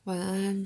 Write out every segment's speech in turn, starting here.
晚安。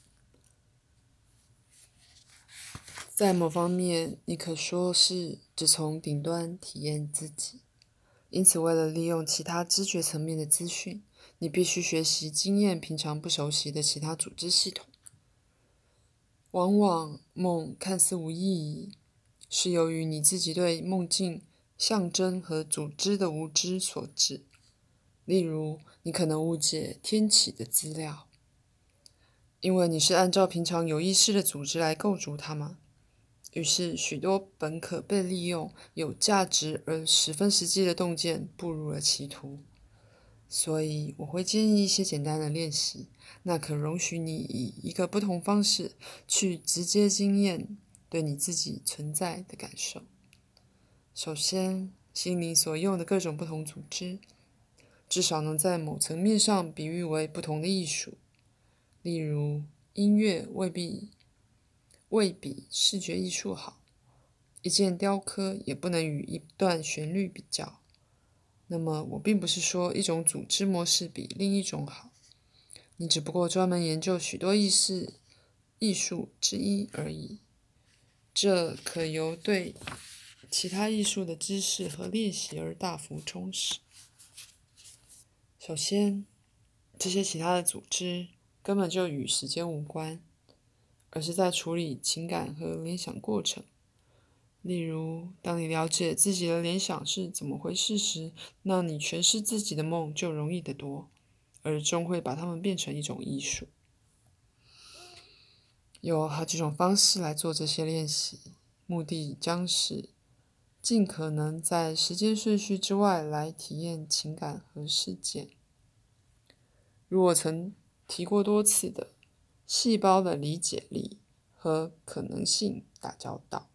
在某方面，你可说是只从顶端体验自己，因此为了利用其他知觉层面的资讯，你必须学习经验平常不熟悉的其他组织系统。往往梦看似无意义，是由于你自己对梦境、象征和组织的无知所致。例如，你可能误解天启的资料，因为你是按照平常有意识的组织来构筑它们。于是，许多本可被利用、有价值而十分实际的洞见步入了歧途。所以，我会建议一些简单的练习，那可容许你以一个不同方式去直接经验对你自己存在的感受。首先，心灵所用的各种不同组织，至少能在某层面上比喻为不同的艺术。例如，音乐未比视觉艺术好，一件雕刻也不能与一段旋律比较。那么，我并不是说一种组织模式比另一种好，你只不过专门研究许多艺术之一而已。这可由对其他艺术的知识和练习而大幅充实。首先，这些其他的组织根本就与时间无关，而是在处理情感和联想过程。例如，当你了解自己的联想是怎么回事时，那你诠释自己的梦就容易得多，而终会把它们变成一种艺术。有好几种方式来做这些练习，目的将是尽可能在时间顺序之外来体验情感和事件。如我曾提过多次的，细胞的理解力和可能性打交道，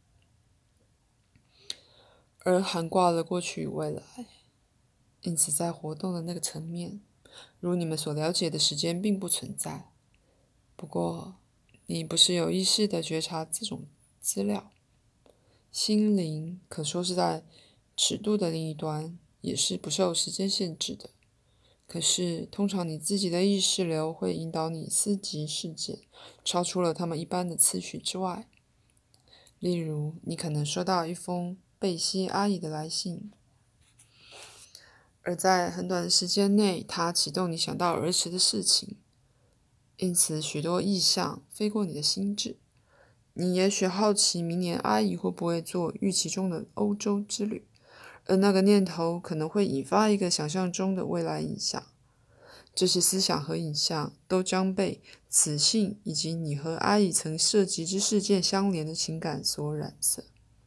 而涵挂了过去与未来。因此，在活动的那个层面，如你们所了解的时间并不存在。不过，你不是有意识地觉察这种资料。心灵可说是在尺度的另一端，也是不受时间限制的。可是，通常你自己的意识流会引导你思及事件，超出了他们一般的次序之外。例如，你可能收到一封贝西阿姨的来信，而在很短的时间内，它启动你想到儿时的事情，因此许多意象飞过你的心智。你也许好奇明年阿姨会不会做预期中的欧洲之旅，而那个念头可能会引发一个想象中的未来影像。这些思想和影像都将被此信以及你和阿姨曾涉及之事件相连的情感所染色。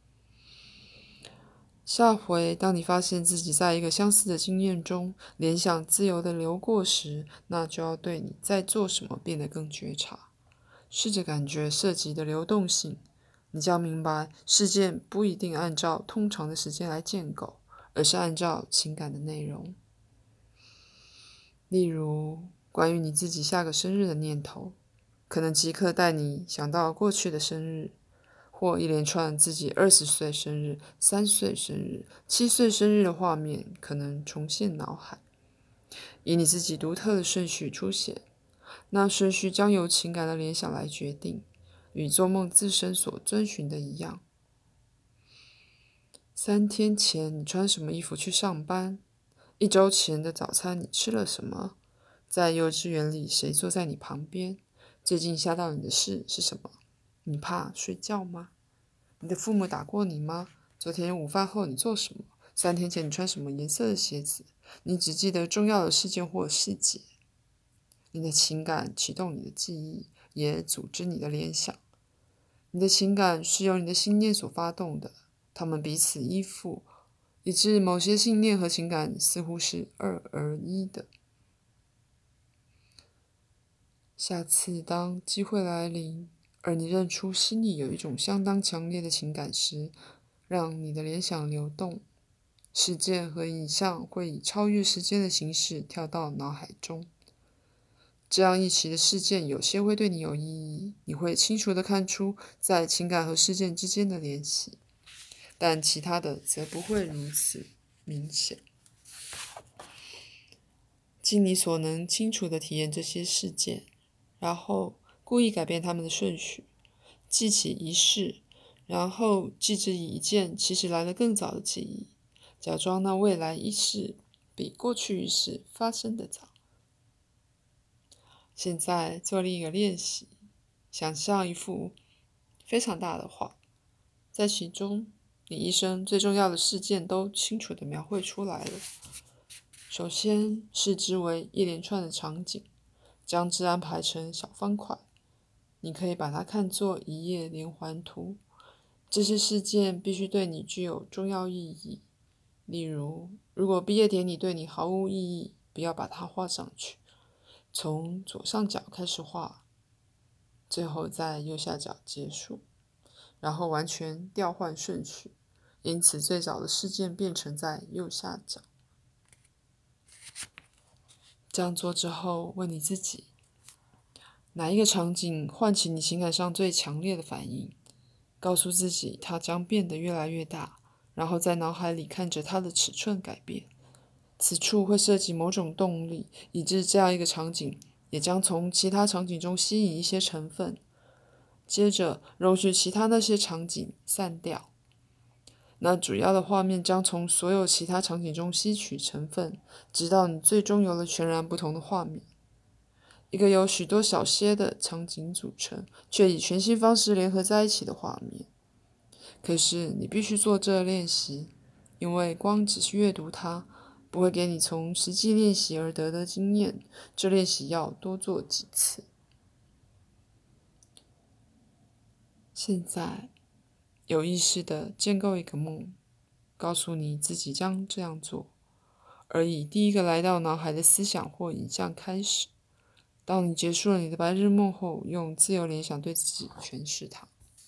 下回当你发现自己在一个相似的经验中，联想自由地流过时，那就要对你在做什么变得更觉察。试着感觉涉及的流动性，你将明白事件不一定按照通常的时间来建构，而是按照情感的内容。例如，关于你自己下个生日的念头，可能即刻带你想到过去的生日，或一连串自己20岁生日、3岁生日、7岁生日的画面可能重现脑海，以你自己独特的顺序出现。那顺序将由情感的联想来决定，与做梦自身所遵循的一样。3天前你穿什么衣服去上班？1周前的早餐你吃了什么？在幼稚园里谁坐在你旁边？最近吓到你的事是什么？你怕睡觉吗？你的父母打过你吗？昨天午饭后你做什么？3天前你穿什么颜色的鞋子？你只记得重要的事件或细节。你的情感启动你的记忆，也组织你的联想。你的情感是由你的信念所发动的，它们彼此依附，以致某些信念和情感似乎是2而1的。下次当机会来临，而你认出心里有一种相当强烈的情感时，让你的联想流动，事件和影像会以超越时间的形式跳到脑海中。这样一起的事件有些会对你有意义，你会清楚地看出在情感和事件之间的联系，但其他的则不会如此明显。尽你所能清楚地体验这些事件， 然后故意改变它们的顺序，记起一事，然后记之以一件其实来得更早的记忆，假装那未来一事比过去一事发生的早。现在做另一个练习，想象一幅非常大的画，在其中你一生最重要的事件都清楚地描绘出来了。首先视之为一连串的场景，将之安排成小方块，你可以把它看作一页连环图。这些事件必须对你具有重要意义，例如，如果毕业典礼对你毫无意义，不要把它画上去。从左上角开始画，最后在右下角结束，然后完全调换顺序，因此最早的事件变成在右下角。这样做之后，问你自己，哪一个场景唤起你情感上最强烈的反应？告诉自己它将变得越来越大，然后在脑海里看着它的尺寸改变。此处会涉及某种动力，以致这样一个场景也将从其他场景中吸引一些成分，接着容许其他那些场景散掉。那主要的画面将从所有其他场景中吸取成分，直到你最终有了全然不同的画面。一个由许多小些的场景组成，却以全新方式联合在一起的画面。可是你必须做这练习，因为光只是阅读它，不会给你从实际练习而得的经验，这练习要多做几次。现在，有意识地建构一个梦，告诉你自己将这样做，而以第一个来到脑海的思想或影像开始。当你结束了你的白日梦后，用自由联想对自己诠释它。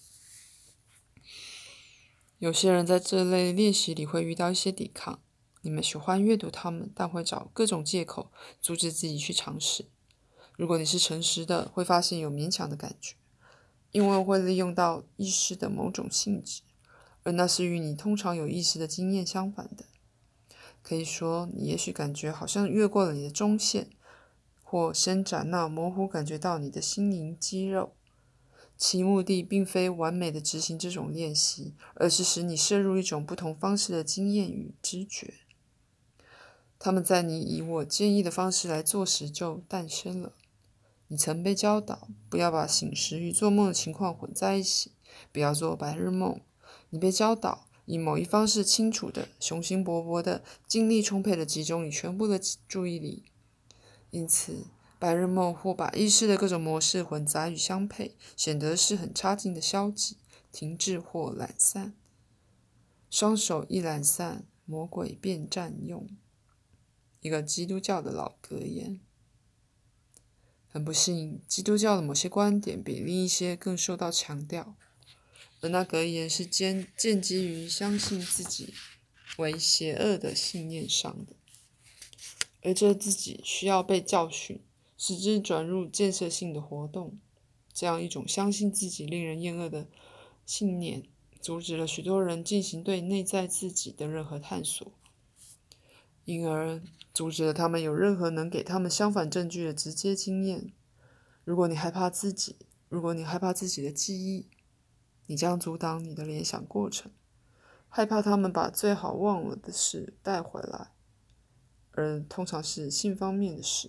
有些人在这类练习里会遇到一些抵抗，你们喜欢阅读它们，但会找各种借口阻止自己去尝试。如果你是诚实的，会发现有勉强的感觉，因为会利用到意识的某种性质，而那是与你通常有意识的经验相反的。可以说，你也许感觉好像越过了你的中线，或伸展那模糊感觉到你的心灵肌肉。其目的并非完美的执行这种练习，而是使你摄入一种不同方式的经验与知觉。它们在你以我建议的方式来做时就诞生了。你曾被教导不要把醒时与做梦的情况混在一起，不要做白日梦。你被教导以某一方式清楚的、雄心勃勃的、精力充沛的集中你全部的注意力。因此，白日梦或把意识的各种模式混杂与相配，显得是很差劲的消极、停滞或懒散。双手一懒散，魔鬼便占用。一个基督教的老格言。很不幸，基督教的某些观点比另一些更受到强调，而那格言是建基于相信自己为邪恶的信念上的，而这自己需要被教训，使之转入建设性的活动。这样一种相信自己令人厌恶的信念，阻止了许多人进行对内在自己的任何探索，因而阻止了他们有任何能给他们相反证据的直接经验。如果你害怕自己的记忆，你将阻挡你的联想过程，害怕他们把最好忘了的事带回来，而通常是性方面的事。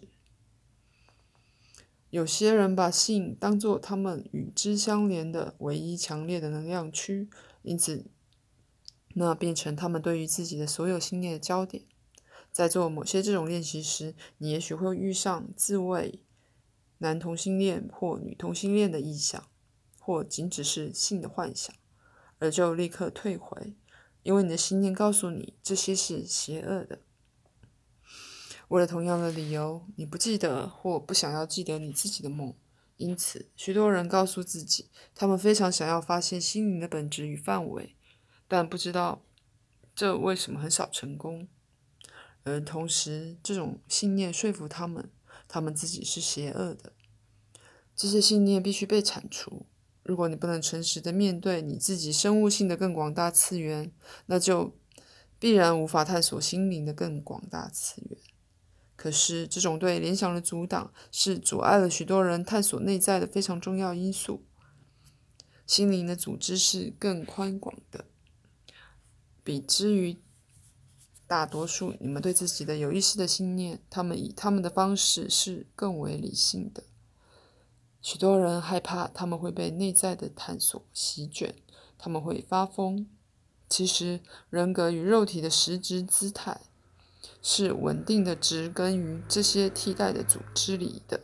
有些人把性当作他们与之相连的唯一强烈的能量区，因此那变成他们对于自己的所有信念的焦点。在做某些这种练习时，你也许会遇上自慰男同性恋或女同性恋的意象，或仅只是性的幻想，而就立刻退回，因为你的信念告诉你这些是邪恶的。为了同样的理由，你不记得或不想要记得你自己的梦，因此许多人告诉自己，他们非常想要发现心灵的本质与范围，但不知道这为什么很少成功。而同时，这种信念说服他们自己是邪恶的。这些信念必须被铲除。如果你不能诚实地面对你自己生物性的更广大次元，那就必然无法探索心灵的更广大次元。 可是这种对联想的阻挡是阻碍了许多人探索内在的非常重要因素。心灵的组织是更宽广的，比之于大多数你们对自己的有意识的信念，他们以他们的方式是更为理性的。许多人害怕他们会被内在的探索席卷，他们会发疯。其实人格与肉体的实质姿态是稳定的植根于这些替代的组织里的。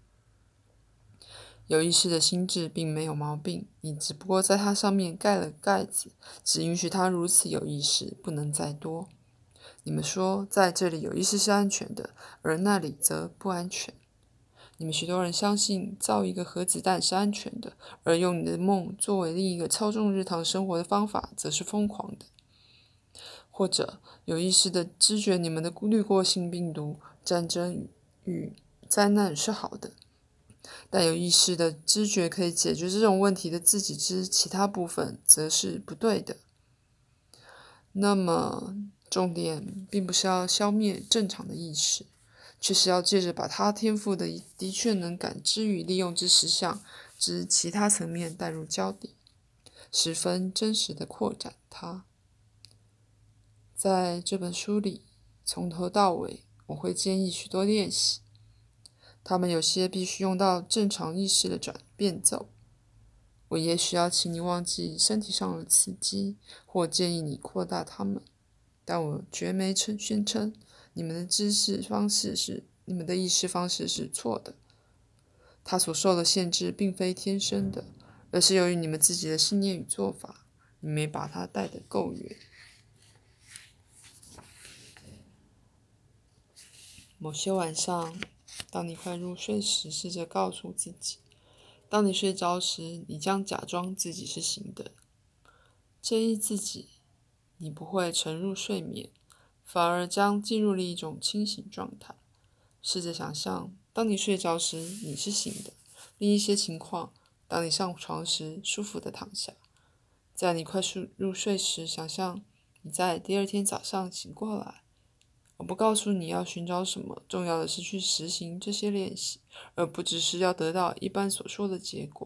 有意识的心智并没有毛病，你只不过在它上面盖了盖子，只允许它如此有意识，不能再多。你们说在这里有意识是安全的，而那里则不安全。你们许多人相信造一个核子弹是安全的，而用你的梦作为另一个操纵日常生活的方法则是疯狂的。或者有意识的知觉你们的滤过性病毒、战争与灾难是好的，但有意识的知觉可以解决这种问题的自己之其他部分则是不对的。那么重点并不是要消灭正常的意识，却是要借着把它天赋的确能感知与利用之实相之其他层面带入焦点，十分真实的扩展它。在这本书里，从头到尾，我会建议许多练习，它们有些必须用到正常意识的变奏。我也许要请你忘记身体上的刺激，或建议你扩大它们，但我绝没宣称你们的意识方式是错的。它所受的限制并非天生的，而是由于你们自己的信念与做法，你没把它带得够远。某些晚上，当你快入睡时，试着告诉自己，当你睡着时，你将假装自己是醒的。建议自己，你不会沉入睡眠，反而将进入了一种清醒状态。试着想象，当你睡着时，你是醒的。另一些情况，当你上床时，舒服地躺下。在你快速入睡时，想象你在第二天早上醒过来。我不告诉你要寻找什么，重要的是去实行这些练习，而不只是要得到一般所说的结果。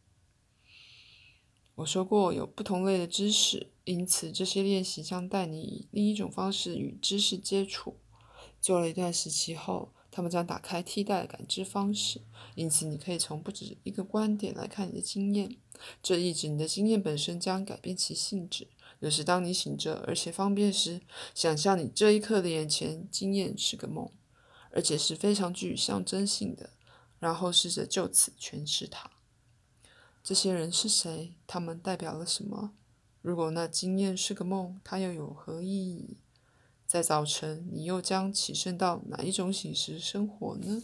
我说过有不同类的知识，因此这些练习将带你以另一种方式与知识接触。做了一段时期后，他们将打开替代的感知方式，因此你可以从不止一个观点来看你的经验。这意指你的经验本身将改变其性质。有时当你醒着而且方便时，想象你这一刻的眼前经验是个梦，而且是非常具象征性的，然后试着就此诠释它。这些人是谁？他们代表了什么？如果那经验是个梦，它又有何意义？在早晨，你又将起身到哪一种醒时生活呢？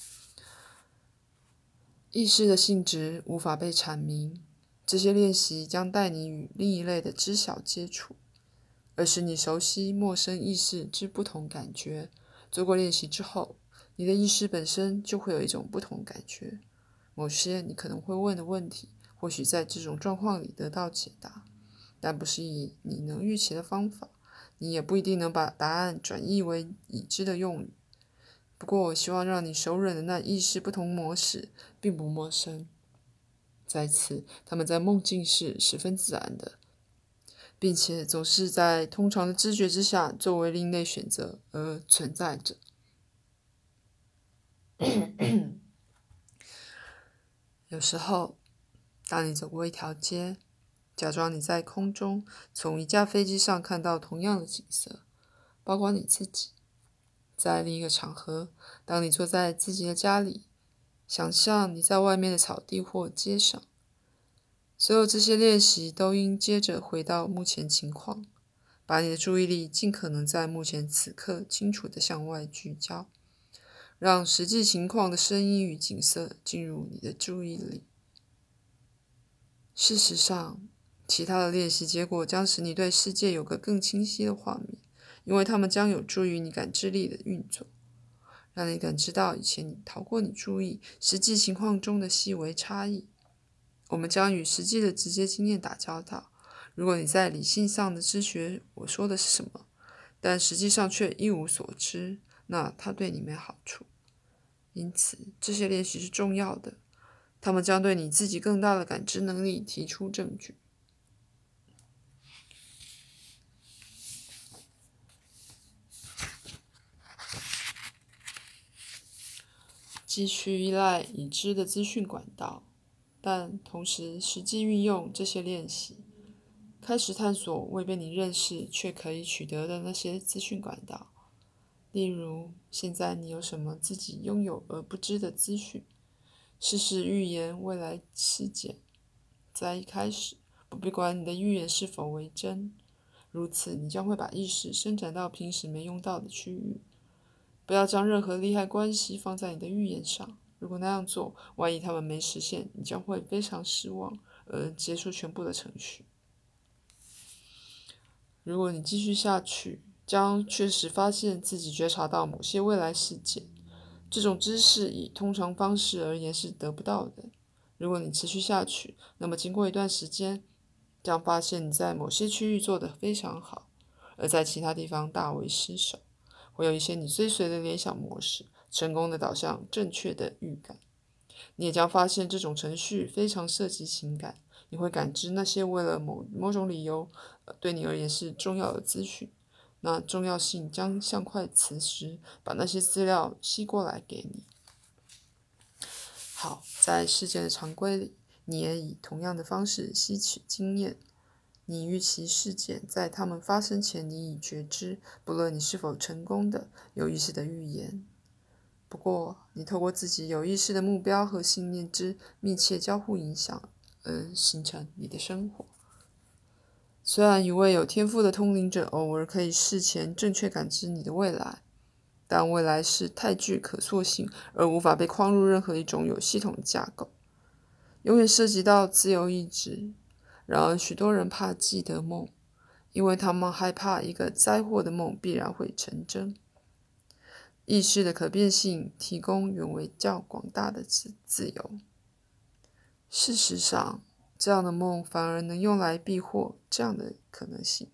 意识的性质无法被阐明，这些练习将带你与另一类的知晓接触，而使你熟悉陌生意识之不同感觉。做过练习之后，你的意识本身就会有一种不同感觉。某些你可能会问的问题，或许在这种状况里得到解答，但不是以你能预期的方法。你也不一定能把答案转译为已知的用语。不过我希望让你熟稔的那意识不同模式并不陌生。在此，他们在梦境是十分自然的，并且总是在通常的知觉之下作为另类选择而存在着。有时候，当你走过一条街，假装你在空中从一架飞机上看到同样的景色，包括你自己。在另一个场合，当你坐在自己的家里，想象你在外面的草地或街上。所有这些练习都应接着回到目前情况，把你的注意力尽可能在目前此刻清楚地向外聚焦，让实际情况的声音与景色进入你的注意力。事实上，其他的练习结果将使你对世界有个更清晰的画面，因为它们将有助于你感知力的运作，让你感知到以前你逃过你注意实际情况中的细微差异。我们将与实际的直接经验打交道。如果你在理性上的知觉我说的是什么，但实际上却一无所知， 那它对你没好处。因此，这些练习是重要的，它们将对你自己更大的感知能力提出证据。继续依赖已知的资讯管道，但同时实际运用这些练习，开始探索未被你认识却可以取得的那些资讯管道。例如，现在你有什么自己拥有而不知的资讯？试试预言未来事件。在一开始，不必管你的预言是否为真，如此你将会把意识伸展到平时没用到的区域。不要将任何利害关系放在你的预言上，如果那样做，万一他们没实现，你将会非常失望，而结束全部的程序。如果你继续下去，将确实发现自己觉察到某些未来事件，这种知识以通常方式而言是得不到的。如果你持续下去，那么经过一段时间，将发现你在某些区域做得非常好，而在其他地方大为失手。会有一些你追随的联想模式，成功的导向正确的预感。你也将发现这种程序非常涉及情感，你会感知那些为了某种理由，对你而言是重要的资讯。那重要性将像块磁石，把那些资料吸过来给你。好，在事件的常规里，你也以同样的方式吸取经验。你预期事件在它们发生前，你已觉知，不论你是否成功的有意识的预言。不过，你透过自己有意识的目标和信念之密切交互影响，而形成你的生活。虽然一位有天赋的通灵者偶尔可以事前正确感知你的未来，但未来是太具可塑性，而无法被框入任何一种有系统的架构，永远涉及到自由意志。然而，许多人怕记得梦，因为他们害怕一个灾祸的梦必然会成真。意识的可变性提供远为较广大的自由。事实上，这样的梦反而能用来避祸这样的可能性。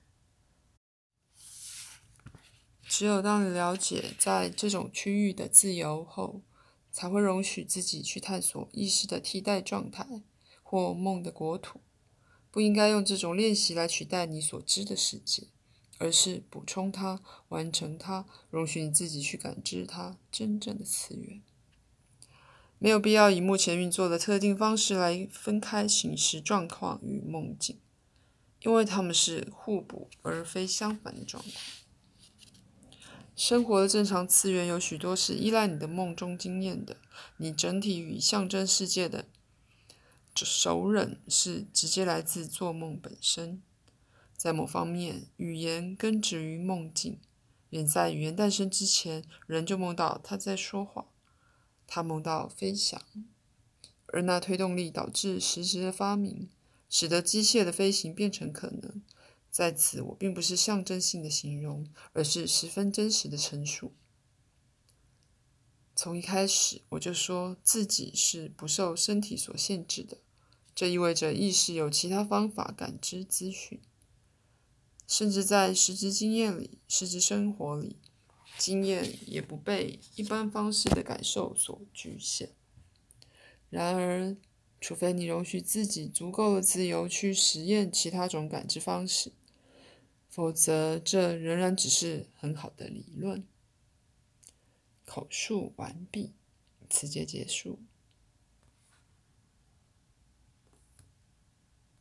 只有当你了解在这种区域的自由后，才会容许自己去探索意识的替代状态或梦的国土。不应该用这种练习来取代你所知的世界，而是补充它，完成它，容许你自己去感知它真正的次元。没有必要以目前运作的特定方式来分开醒时状况与梦境，因为它们是互补而非相反的状况。生活的正常次元有许多是依赖你的梦中经验的，你整体与象征世界的熟稔是直接来自做梦本身。在某方面，语言根植于梦境，远在语言诞生之前，人就梦到他在说话，他梦到飞翔，而那推动力导致实质的发明，使得机械的飞行变成可能。在此，我并不是象征性的形容，而是十分真实的陈述。从一开始，我就说自己是不受身体所限制的，这意味着意识有其他方法感知资讯，甚至在实质经验里、实质生活里，经验也不被一般方式的感受所局限。然而，除非你容许自己足够的自由去实验其他种感知方式，否则这仍然只是很好的理论。口述完毕，此节结束。